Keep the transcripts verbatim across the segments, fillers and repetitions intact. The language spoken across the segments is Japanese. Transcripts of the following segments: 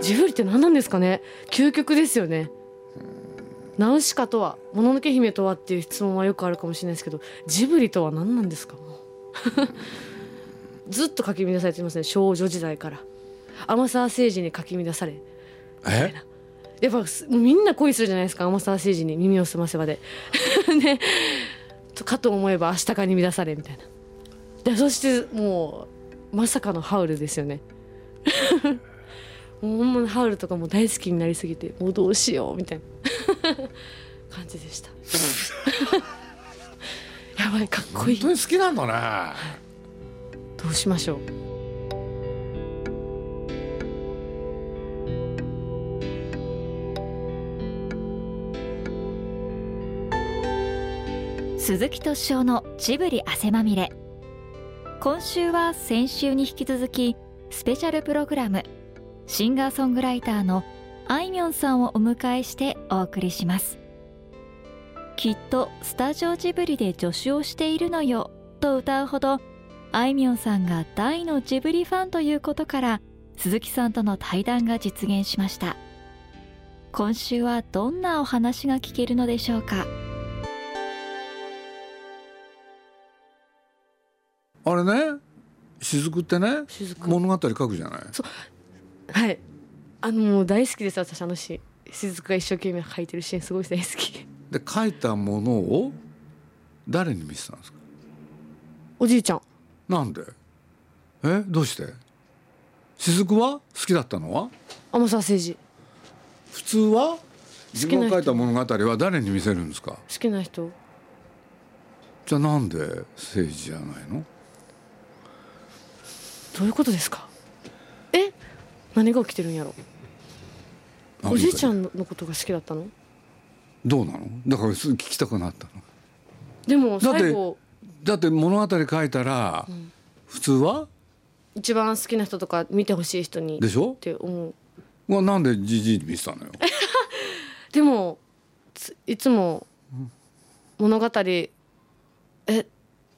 ジブリって何なんですかね。究極ですよね。ナウシカとは、もののけ姫とはっていう質問はよくあるかもしれないですけど、ジブリとは何なんですかずっとかき乱されてますね、少女時代から天沢誠治にかき乱されみたいな。やっぱもうみんな恋するじゃないですか、天沢誠治に耳をすませばでね、かと思えば明日かに乱されみたいな。でそしてもうまさかのハウルですよねもうほんまにハウルとかも大好きになりすぎて、もうどうしようみたいな感じでしたやばい、かっこいい。 本当に好きなんだね、はい、 どうしましょう。 鈴木敏夫のジブリ汗まみれ。今週は先週に引き続きスペシャルプログラム、シンガーソングライターのあいみょんさんをお迎えしてお送りします。きっとスタジオジブリで助手をしているのよと歌うほど、あいみょんさんが大のジブリファンということから、鈴木さんとの対談が実現しました。今週はどんなお話が聞けるのでしょうか。 あれね、雫ってね、 雫物語書くじゃない。 そう、はい、あのもう大好きです。私あのシーン、雫が一生懸命書いてるシーンすごい大好きで書いたものを誰に見せたんですか。 おじいちゃん。 なんで？え、どうして？雫は好きだったのは天沢誠治。 普通は自分が書いた物語は誰に見せるんですか。 好きな人。 じゃあなんで誠治じゃないの。 どういうことですか。え、何が起きてるんやろ。おじいちゃんのことが好きだったの。 どうなの。だからすぐ聞きたくなったの。 でも最後だって物語書いたら、うん、普通は一番好きな人とか見てほしい人にでしょって思う。 まあ、なんでじじいに見せたのよでもいつも物語ええ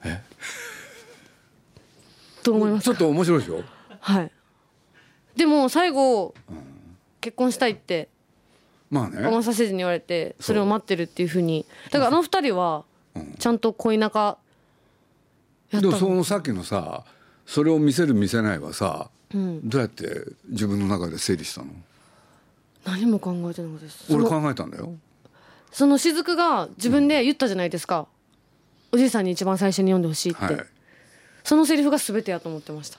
どう思いますか。 ちょっと面白いでしょ。 はい。でも最後、うん、結婚したいってまあね、 天沢誠治に言われて、それを待ってるっていうふうに。だからあの二人はちゃんと恋仲やったの。 でもそのさっきのさ、それを見せる見せないはさ、うん、どうやって自分の中で整理したの。 何も考えてないです。 俺考えたんだよ。 その雫が自分で言ったじゃないですか、うん、おじいさんに一番最初に読んでほしいって、はい、そのセリフが全てやと思ってました。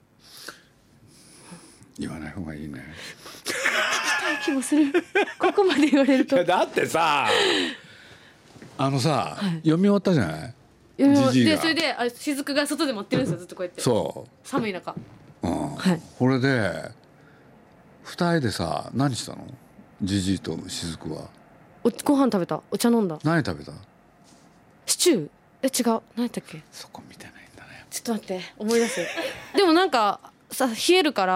言わない方がいいね。 聞きたい気もするここまで言われると。 だってさ、あのさ、はい、読み終わったじゃない。 でそれであ雫が外で待ってるんですよ、ずっとこうやって。 そう寒い中、 うん、はい、これで二人でさ何したの。じじいと雫はおご飯食べた。お茶飲んだ。 何食べた。 シチュー。え違う、何やったっけ。 そこ見てないんだね。 ちょっと待って思い出すでもなんかさ冷えるから。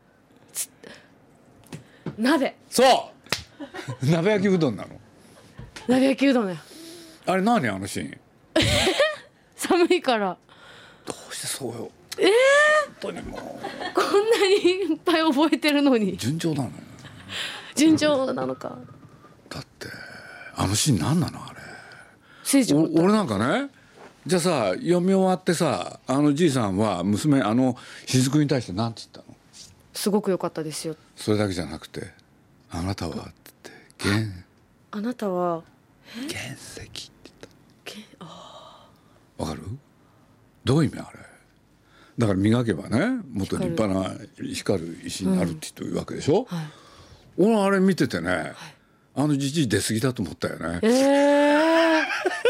そう鍋。 そう鍋焼きうどんなの。 鍋焼きうどんだよ。 あれ何あのシーン寒いから。 どうしてそうよ。 えー、 本当にもうこんなにいっぱい覚えてるのに。 順調なのよ。 順調なのか。 だってあのシーン何なのあれ。 お俺なんかね、じゃあさ読み終わってさ、あのじいさんは娘あの雫に対して何て言ったの。 すごく良かったですよ。それだけじゃなくて、あなたはって原あなたは原石って言った。わかる？どういう意味あれ。だから磨けばね、もっと立派な光る石になるって言ってるわけでしょ、うん、はい、俺あれ見ててね、はい、あのじじい出過ぎだと思ったよね。 えー、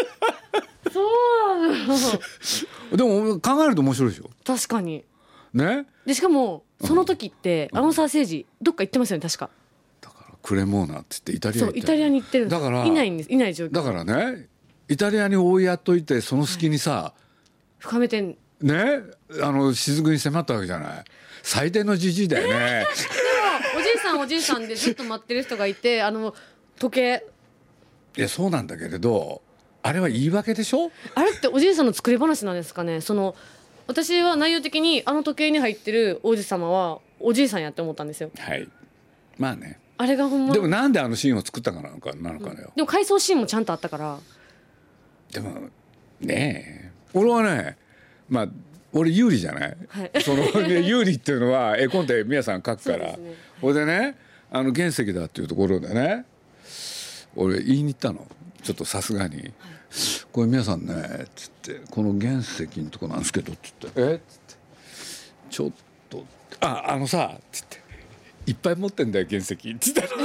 そうなのでも考えると面白いでしょ。 確かにね。 でしかもその時って天沢誠治どっか行ってますよね確か。 だからクレモーナって言ってイタリアに行って、そうイタリアに行ってるんです。だからいないんです、いない状況だからね、イタリアに追いやっといてその隙にさ、はい、 深めてんね、あの雫に迫ったわけじゃない。最低のじじいだよね、えー、でもおじいさんおじいさんでずっと待ってる人がいてあの時計。 いやそうなんだけれどあれは言い訳でしょ。 あれっておじいさんの作り話なんですかね。その私は内容的にあの時計に入ってる王子様はおじいさんやって思ったんですよ。 はい、まあね。 あれがほんまでもなんであのシーンを作ったかなのかなのかねよ、うん、 でも回想シーンもちゃんとあったから。 でもねえ俺はねまあ俺有利じゃない、はい、その有利っていうのは絵コンテ皆さん描くからそれでねあの原石だっていうところでね俺言いに行ったのちょっとさすがに、はい、これ皆さんねつってこの原石のとこなんですけどつってえっつってちょっとああのさつっていっぱい持ってんだよ原石って言ったらうわ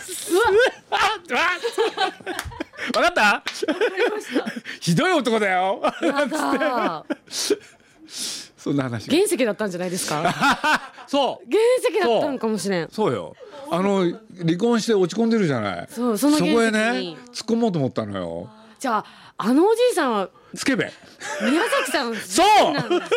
分かった？ひどい男だよやだそんな話原石だったんじゃないですかそう原石だったのかもしれん。 そうよあの離婚して落ち込んでるじゃない。 そうその原石にそこへね突っ込もうと思ったのよ。 じゃああのおじいさんはスケベ宮崎さんそうなんですね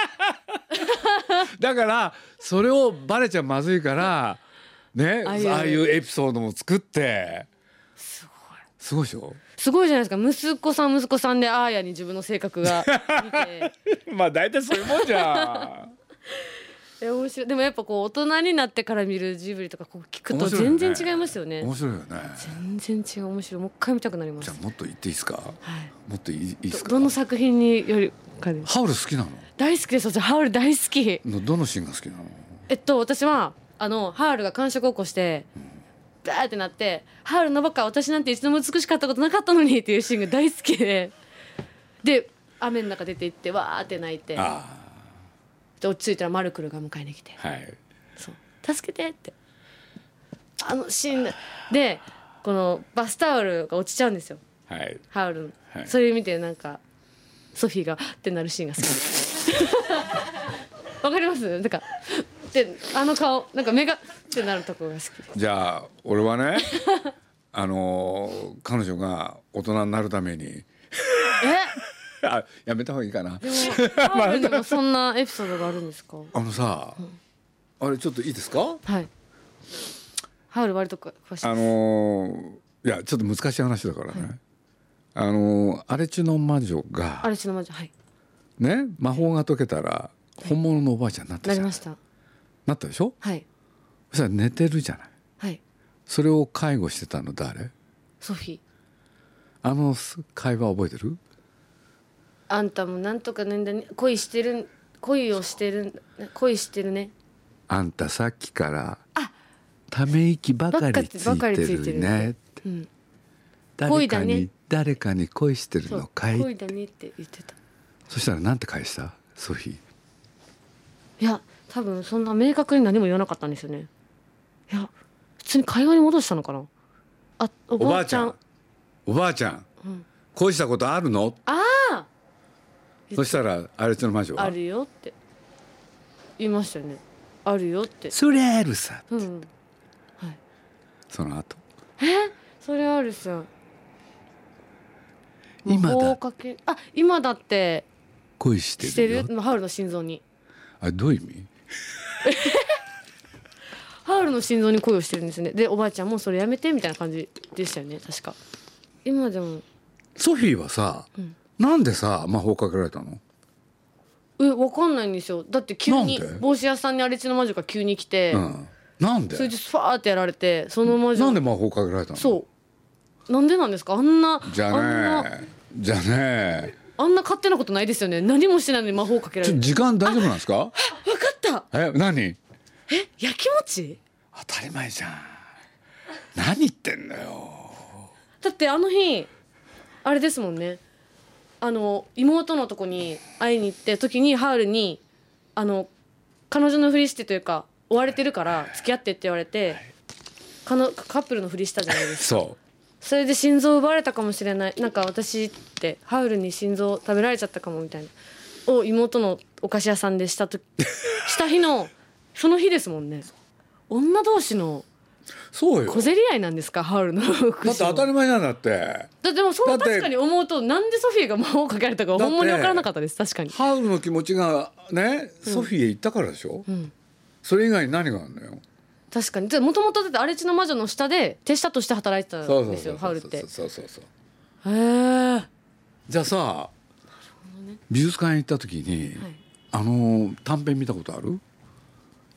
だからそれをバレちゃまずいからねああいう、ああいうエピソードも作ってすごいすごいでしょ。 すごいじゃないですか。息子さん息子さんであーやに自分の性格が見てまあ大体そういうもんじゃんいや面白い。でもやっぱこう大人になってから見るジブリとかこう聞くと全然違いますよね。 面白いよね。 全然違う面白い。もう一回見たくなります。 じゃあもっと言っていいですか、はい、もっといいですか。 ど, どの作品によりかです。 ハウル好きなの？ 大好きです。私ハウル大好き。 どのシーンが好きなの？ えっと私はあのハウルが感触を起こして、うんバーってなってハウルのばっか私なんて一度も美しかったことなかったのにっていうシーンが大好きでで雨の中出て行ってわーって泣いてあで落ち着いたらマルクルが迎えに来て、はい、そう助けてってあのシーンでこのバスタオルが落ちちゃうんですよ、はい、ハウルの、はい、それ見てなんかソフィーがってなるシーンが好きですわかります？なんかであの顔なんか目がってなるところが好きです。 じゃあ俺はねあの彼女が大人になるためにえあやめた方がいいかな。 でもハウルにもそんなエピソードがあるんですか？ あのさ、うん、あれちょっといいですか？ はいハウル割と詳しい。 あのいやちょっと難しい話だからね、はい、あの荒地の魔女が荒地の魔女はいね魔法が解けたら本物のおばあちゃんになったじゃん。 なりました。 なったでしょ。 はいそしたら寝てるじゃない。 はい。 それを介護してたの誰？ ソフィー。 あの会話覚えてる？ あんたもなんとかねんだね恋してる恋をしてる恋してるね。 あんたさっきからため息ばかりついてるねって、うん、誰かに、ね、誰かに恋してるのかい？ 恋だねって言ってた。 そしたらなんて返したソフィー？ いや多分そんな明確に何も言わなかったんですよね。いや普通に会話に戻したのかな。あおばあちゃんおばあちゃん、うん、恋したことあるの？ ああそしたら荒地の魔女はあるよって言いましたよね。あるよってそれあるさって、うんはい、 その後えそれあるさ今だあ今だって恋してるよしてるハウルの心臓にあれどういう意味ハウルの心臓に恋をしてるんですね。でおばあちゃんもそれやめてみたいな感じでしたよね確か。今でもソフィーはさ、うん、なんでさ魔法かけられたの？ えわかんないんですよ。だって急に帽子屋さんに荒地の魔女が急に来て、うん、 なんでそれでファーってやられてその魔女なんで魔法かけられたの？ そうなんでなんですかあんなじゃあねじゃあねあんな勝手なことないですよね。何もしないのに魔法かけられる。 時間大丈夫なんですか？ わかった。 え何？ え焼き餅？ 当たり前じゃん。何言ってんだよ。 だってあの日あれですもんね。あの妹のとこに会いに行って時にハウルにあの彼女のふりしてというか追われてるから付き合ってって言われてカのカップルのふりしたじゃないですか。 そうそれで心臓奪われたかもしれない。なんか私ってハウルに心臓食べられちゃったかもみたいなを妹のお菓子屋さんでしたとした日のその日ですもんね。女同士のそうよ小競り合いなんですかハウルのだって当たり前なんだって。 だでもそう確かに思うとなんでソフィーが魔法をかけられたか本物に分からなかったです。確かにハウルの気持ちがねソフィーへ行ったからでしょ、うん、それ以外に何があるのよ。 確かにもともと荒地の魔女の下で手下として働いてたんですよハウルって。 そうそうそうへえ。 じゃあさ、ね、美術館に行った時に、はい、あの短編見たことある？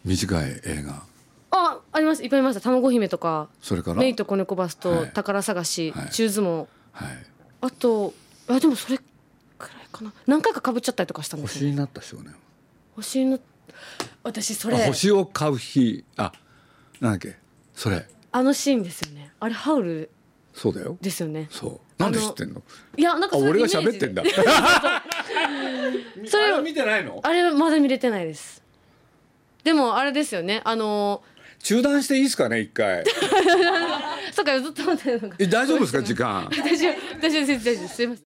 短い映画。 あ、あります。いっぱいいました。卵姫とか、 それからメイと子猫バスと、 はい宝探し、 はい中相撲、 はい、 あとあでもそれくらいかな。何回か被っちゃったりとかしたんですよ、ね、 星になった少年。 星の私それ星を買う日、あ、なんだっけそれ。 あのシーンですよね。あれハウルそうだよ。 ですよね。 そう。なんで知ってんの？ いやなんかそれ俺が喋ってんだ。 それあれ見てないの？ あれまだ見れてないです。でもあれですよね。あの中断していいですかね一回。 そっかずっと待ってるのか。 え大丈夫ですか時間？ 大丈夫大丈夫大丈夫です。すいません。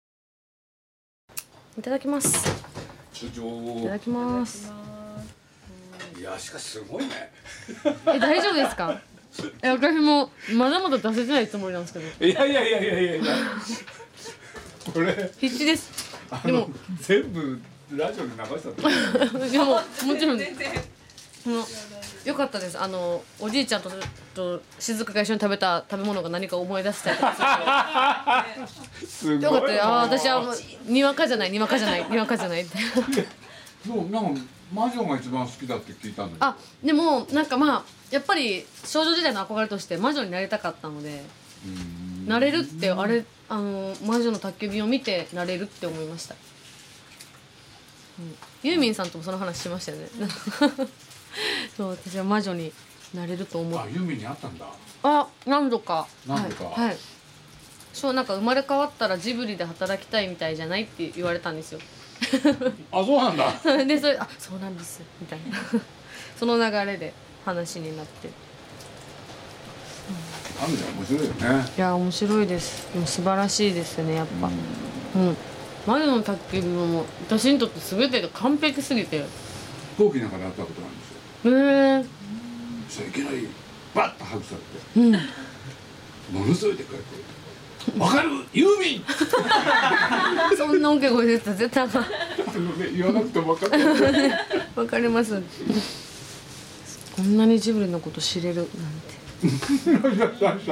いただきます。いただきます。 いやしかしすごいね。 え大丈夫ですか？え私もまだまだ出せてないつもりなんですけど。 いやいやいやいやいやいや。これ必死です。でも全部ラジオで流したの。 いやもうもちろん。もうよかったです。あのおじいちゃんとと雫が一緒に食べた食べ物が何か思い出したりとかすると。よかったよ。あ私はもうにわかじゃないにわかじゃないにわかじゃないって。 そうなんか魔女が一番好きだって聞いたんだけど。 あでもなんかまあやっぱり少女時代の憧れとして魔女になりたかったので、なれるってあれあの魔女の宅急便を見てなれるって思いました。うん、ユーミンさんともその話しましたよね。そう私は魔女になれると思う。 あユーミンにあったんだ。 あ何度か。 何度か。 はい。はい、そうなんか生まれ変わったらジブリで働きたいみたいじゃないって言われたんですよ。 あそうなんだ。 でそれあそうなんですみたいなその流れで話になって。 あるじゃん面白いよね。 いや面白いです。でも素晴らしいですねやっぱ。うん。うん、魔女の宅急便も私にとって全てが完璧すぎて。 飛行機なんかで会ったことなんですよ。 へえ。 そしたらいきなりバッとハグされて、うん、ものすごいでっかい声で「わかるユーミン!」 そんな大きい声で言ったら絶対あかん。 言わなくても分かる。 わかります。こんなにジブリのこと知れるなんて。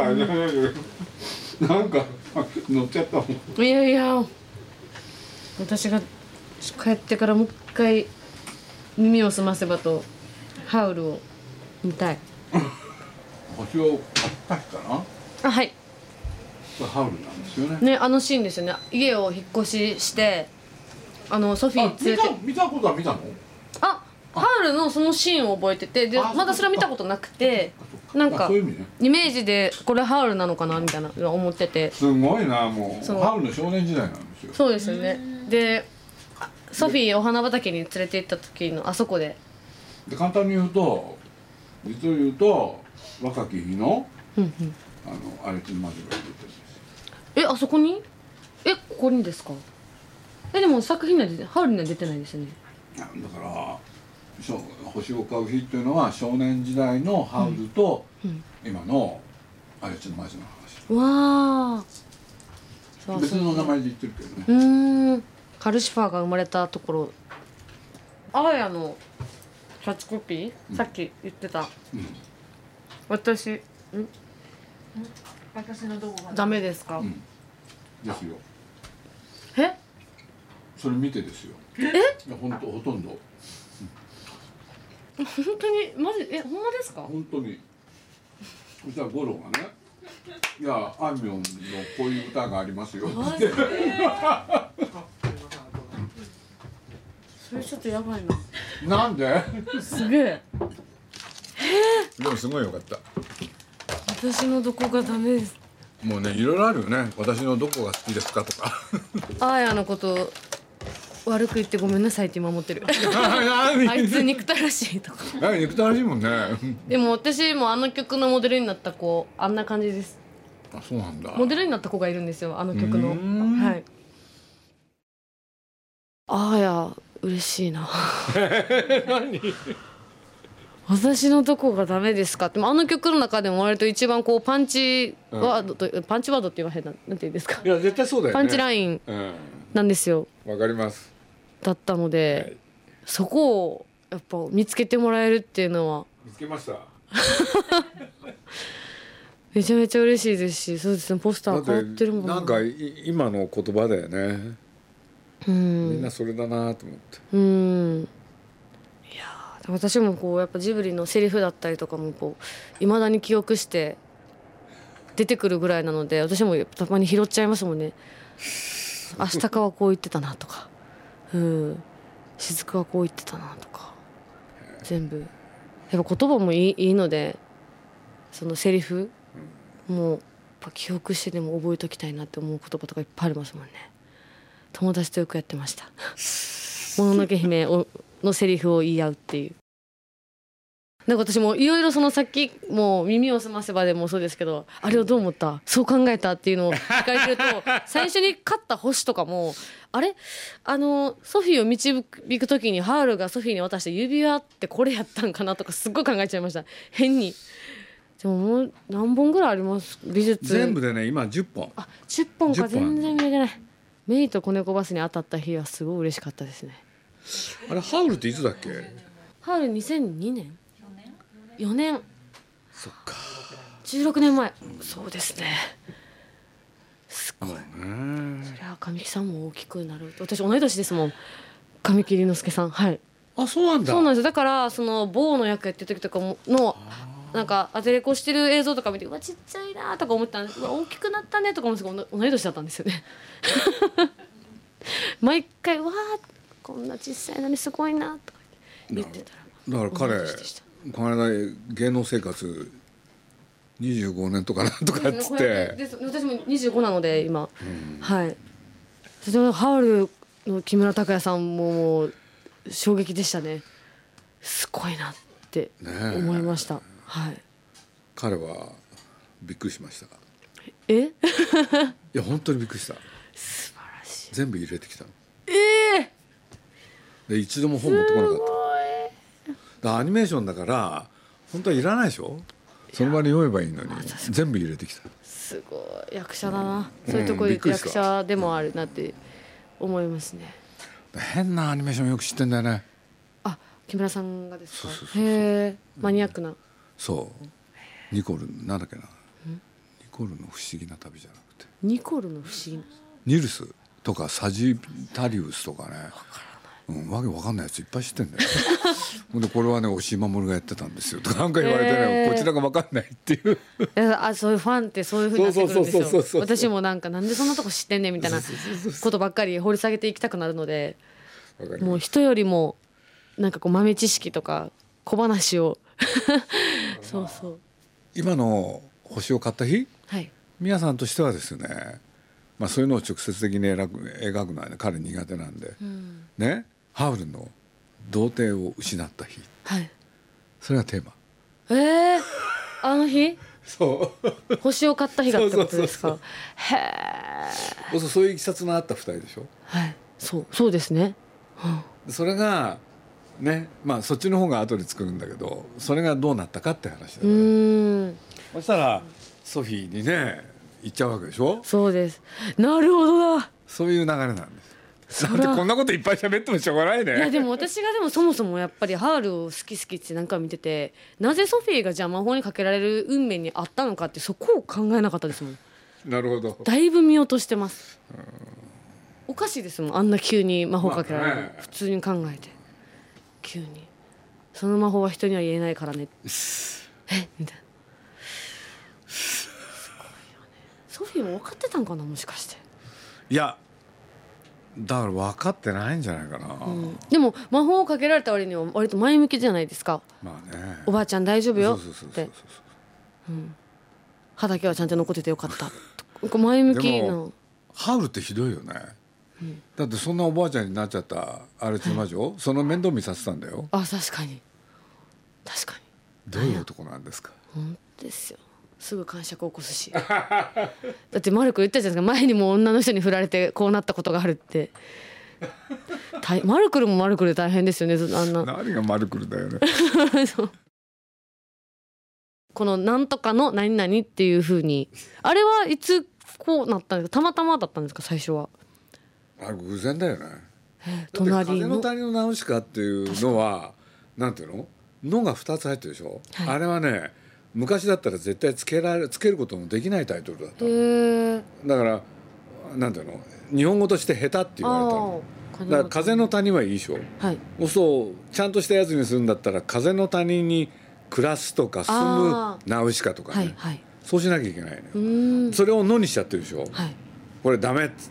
なんか乗っちゃったもん。 いやいや私が帰ってからもう一回耳をすませばとハウルを見たい。 星を買った日かな。 あはい。 これハウルなんですよね。 ねあのシーンですよね。家を引っ越ししてあのソフィー連れて。 見たことは見たの？ あハウルのそのシーンを覚えててでまだそれは見たことなくてなんかイメージでこれハウルなのかなみたいな思ってて。 すごいなもうハウルの少年時代なんですよ。 そうですよね。でソフィーお花畑に連れて行った時のあそこで。 で簡単に言うと実を言うと若き日の、うんうん、あのあれつの魔女が出てるんですよ。 えあそこにえここにですか。えでも作品には出てハウルには出てないですよね。 だから星を買う日っていうのは少年時代のハウルと、うんうん、今のあれつの魔女の話。わあ。 別の名前で言ってるけどね。 うんカルシファーが生まれたところアーヤのキャッチコピー、うん、さっき言ってた、うん、私ん私のどこがダメですか、うん、 ですよ。 えそれ見てですよ。 えいやほんとほとんど、 うん、本当にマジえほんまですか。 本当に。そしたら五郎がねいやあいみょんのこういう歌がありますよってそれちょっとやばいな。 なんで？ すげえ。 でもすごいよかった。 私のどこがダメです。 もうねいろいろあるよね。私のどこが好きですかとか。 あーやのこと悪く言ってごめんなさいって今思ってる。あいつ憎たらしいとか。 憎たらしいもんね。 でも私もあの曲のモデルになった子あんな感じです。 あそうなんだ。 モデルになった子がいるんですよあの曲の。はい。あーや嬉しいな。 何？ 私のどこがダメですかって。あの曲の中でも割と一番こうパンチワードと、うん、パンチワードって言わへんななんて言うんですか。 いや絶対そうだよね。 パンチラインなんですよ。 わ、うん、かります。 だったので、はい、そこをやっぱ見つけてもらえるっていうのは見つけました。 めちゃめちゃ嬉しいですし、そうですねポスター変わってるもんな。なんか今の言葉だよね。うん、みんなそれだなと思って。 うん。いや私もこうやっぱジブリのセリフだったりとかもこう未だに記憶して出てくるぐらいなので、私もたまに拾っちゃいますもんね。アシタカはこう言ってたなとか、うん雫はこう言ってたなとか、全部やっぱ言葉もいい、いいので、そのセリフもう記憶してでも覚えときたいなって思う言葉とかいっぱいありますもんね。友達とよくやってましたもののけ姫のセリフを言い合うっていう。なんか私もいろいろそのさっきもう耳をすませばでもそうですけど、あれをどう思った、そう考えたっていうのを聞かれてると最初に勝った星とかもあれあのソフィーを導く時にハウルがソフィーに渡した指輪ってこれやったんかなとかすっごい考えちゃいました。変に。でももう何本ぐらいあります、美術全部でね今じゅっぽん。 あじゅっぽんか。 じゅっぽん全然見れてない。メイと子猫バスに当たった日はすごい嬉しかったですね。 あれハウルっていつだっけ。 ハウルにせんにねんよねん。 そっかじゅうろくねんまえ。そうですね。すごい、 ね、 そりゃ神木さんも大きくなる。私同い年ですもん、神木隆之介さん。はい。 あ、そうなんだ。 そうなんです。だからその坊の役やってる時とかものなんかアテレコしてる映像とか見て、うわちっちゃいなとか思ったんです。うわ大きくなったねとか思うんですけど、同い年だったんですよね毎回わーこんな小さいのにすごいなとか言ってたら、 だから彼この間芸能生活にじゅうごねんとかなんとかっつって、 私もにじゅうごなので今、うん、はいそれでハウルの木村拓哉さんももう衝撃でしたね。すごいなって思いました、ね、はい。 彼はびっくりしました。 えいや本当にびっくりした。 素晴らしい。 全部入れてきたの。 ええー、で一度も本持ってこなかった。だからアニメーションだから本当はいらないでしょ。その場に読めばいいのに全部入れてきた。すごい役者だな、そういうとこ役者でもあるなって思いますね。 変なアニメーションよく知ってんだよね。 あ、木村さんがですか。そうそうそうそう。へえ、マニアックな。 そうニコルなんだっけな、ニコルの不思議な旅じゃなくてニコルの不思議なニルスとかサジタリウスとかね、うん、わけわかんないやついっぱい知ってんだよほんでこれはね押井守がやってたんですよとかなんか言われてね、こちらがわかんないっていうあ、そういうファンってそういうふうになってくるんですよ。私もなんかなんでそんなとこ知ってんねんみたいなことばっかり掘り下げていきたくなるので、もう人よりもなんかこう豆知識とか小話をそうそう。 今の星を買った日、 はい、 宮さんとしてはですね、まあ、そういうのを直接的に描く、描くのは、ね、彼苦手なんで、うん、ね、ハウルの童貞を失った日、 はい、 それがテーマ。 えー、あの日そう星を買った日がってことですか。 そうそうそうへえ。そういういきさつのあったふたりでしょ。 はい、そうそうですね、 うん、それがね、まあそっちの方が後で作るんだけど、それがどうなったかって話だから。うーん、そしたらソフィーにね行っちゃうわけでしょ。 そうです。なるほどだ。 そういう流れなんです。なんでこんなこといっぱい喋ってもしょうがないね。 いやでも私がでもそもそもやっぱりハウルを好き好きって何回も見てて、なぜソフィーがじゃあ魔法にかけられる運命にあったのかってそこを考えなかったですもん。 なるほど。 だいぶ見落としてます。おかしいですもん、あんな急に魔法かけられる、まあね、普通に考えて急にその魔法は人には言えないからねえみたいな。すごいよね。ソフィーも分かってたんかな、もしかして。 いやだから分かってないんじゃないかな、 うん、でも魔法をかけられた割には割と前向きじゃないですか。 まあね、 おばあちゃん大丈夫よって歯だけはちゃんと残っててよかった前向きな。 ハウルってひどいよね、うん、だってそんなおばあちゃんになっちゃったアルチ魔女、はい、その面倒見させたんだよ。 あ、確かに確かに。 どういう男なんですか。 本当ですよ。すぐ感触を起こすしだってマルク言ったじゃないですか、前にも女の人に振られてこうなったことがあるってマルクルもマルクルで大変ですよね、あんな。 何がマルクルだよねそうこのなんとかの何々っていう風に、あれはいつこうなったんですか。たまたまだったんですか、最初は。 あ、偶然だよね。 隣風の谷のナウシカっていうのはなんていうののがふたつ入ってるでしょ、はい、あれはね昔だったら絶対つけられつけることもできないタイトルだった。 へー。 だからなんていうの、日本語として下手って言われたの。だから風の谷はいいでしょ、はい、そうちゃんとしたやつにするんだったら風の谷に暮らすとか住むナウシカとかね、はいはい、そうしなきゃいけないのよ。それを野にしちゃってるでしょ、はい、これダメっつって。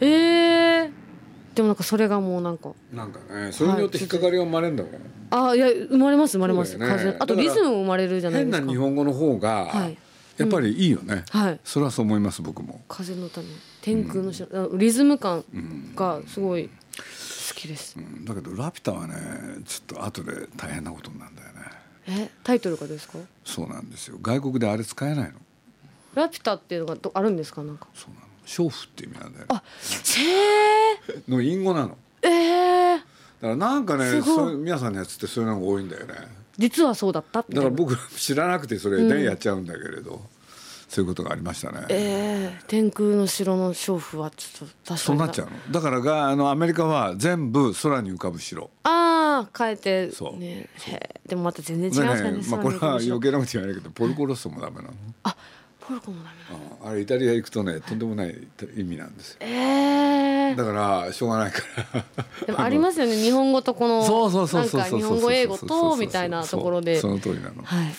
えー、 でもなんかそれがもうなんかなんかね、それによって引っかかりが生まれるんだもん、 はい、あいや生まれます生まれます、ね、風あとリズムも生まれるじゃないですか。 変な日本語の方が、はいやっぱりいいよね、うんはい、それはそう思います僕も。 風の谷天空の城、うん、リズム感がすごい好きです、 うん、だけどラピュタはねちょっと後で大変なことなんだよね。えタイトルがですか？ そうなんですよ、外国であれ使えないの。 ラピュタっていうのがあるんですか？なんかそうなの、娼婦って意味なんだよね。 あへーの隠語なの。 えー、 だからなんかねそう皆さんのやつってそういうのが多いんだよね。 実はそうだったってだから僕知らなくてそれでやっちゃうんだけれど、うん、そういうことがありましたね。 えー、天空の城の娼婦はちょっと確かにそうなっちゃうの。だからがあのアメリカは全部空に浮かぶ城。 ああ変えてそう、ね、そうでもまた全然違いますかね。 ねまあ、これは余計なこと言わないけどポルコロッソもダメなの。 あポルコもダメなの。あれイタリア行くとねとんでもない意味なんですよ。 えー、 だからしょうがないからでもありますよね日本語とこのなんか日本語英語とみたいなところでその通りなの、はい、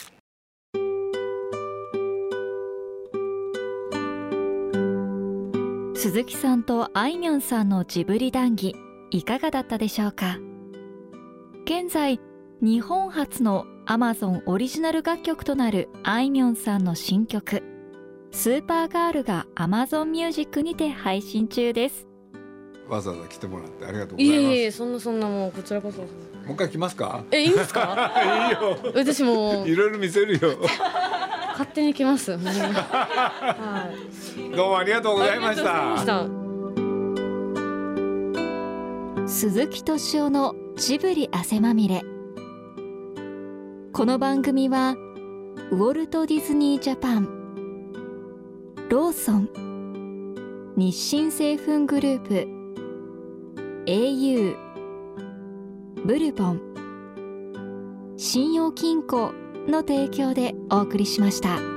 鈴木さんとあいみょんさんのジブリ談義いかがだったでしょうか。現在日本初の Amazon オリジナル楽曲となるあいみょんさんの新曲スーパーガールが Amazon ミュージックにて配信中です。 わざわざ来てもらってありがとうございます。 いえいえそんなそんなもうこちらこそ。もう一回来ますか？ えいいんですか？ いいよ。 私もいろいろ見せるよ。 勝手に来ます。はい、どうもありがとうございました。 鈴木敏夫のジブリ汗まみれ。この番組はウォルト・ディズニー・ジャパン、ローソン、日清製粉グループ、エーユー、ブルボン、信用金庫の提供でお送りしました。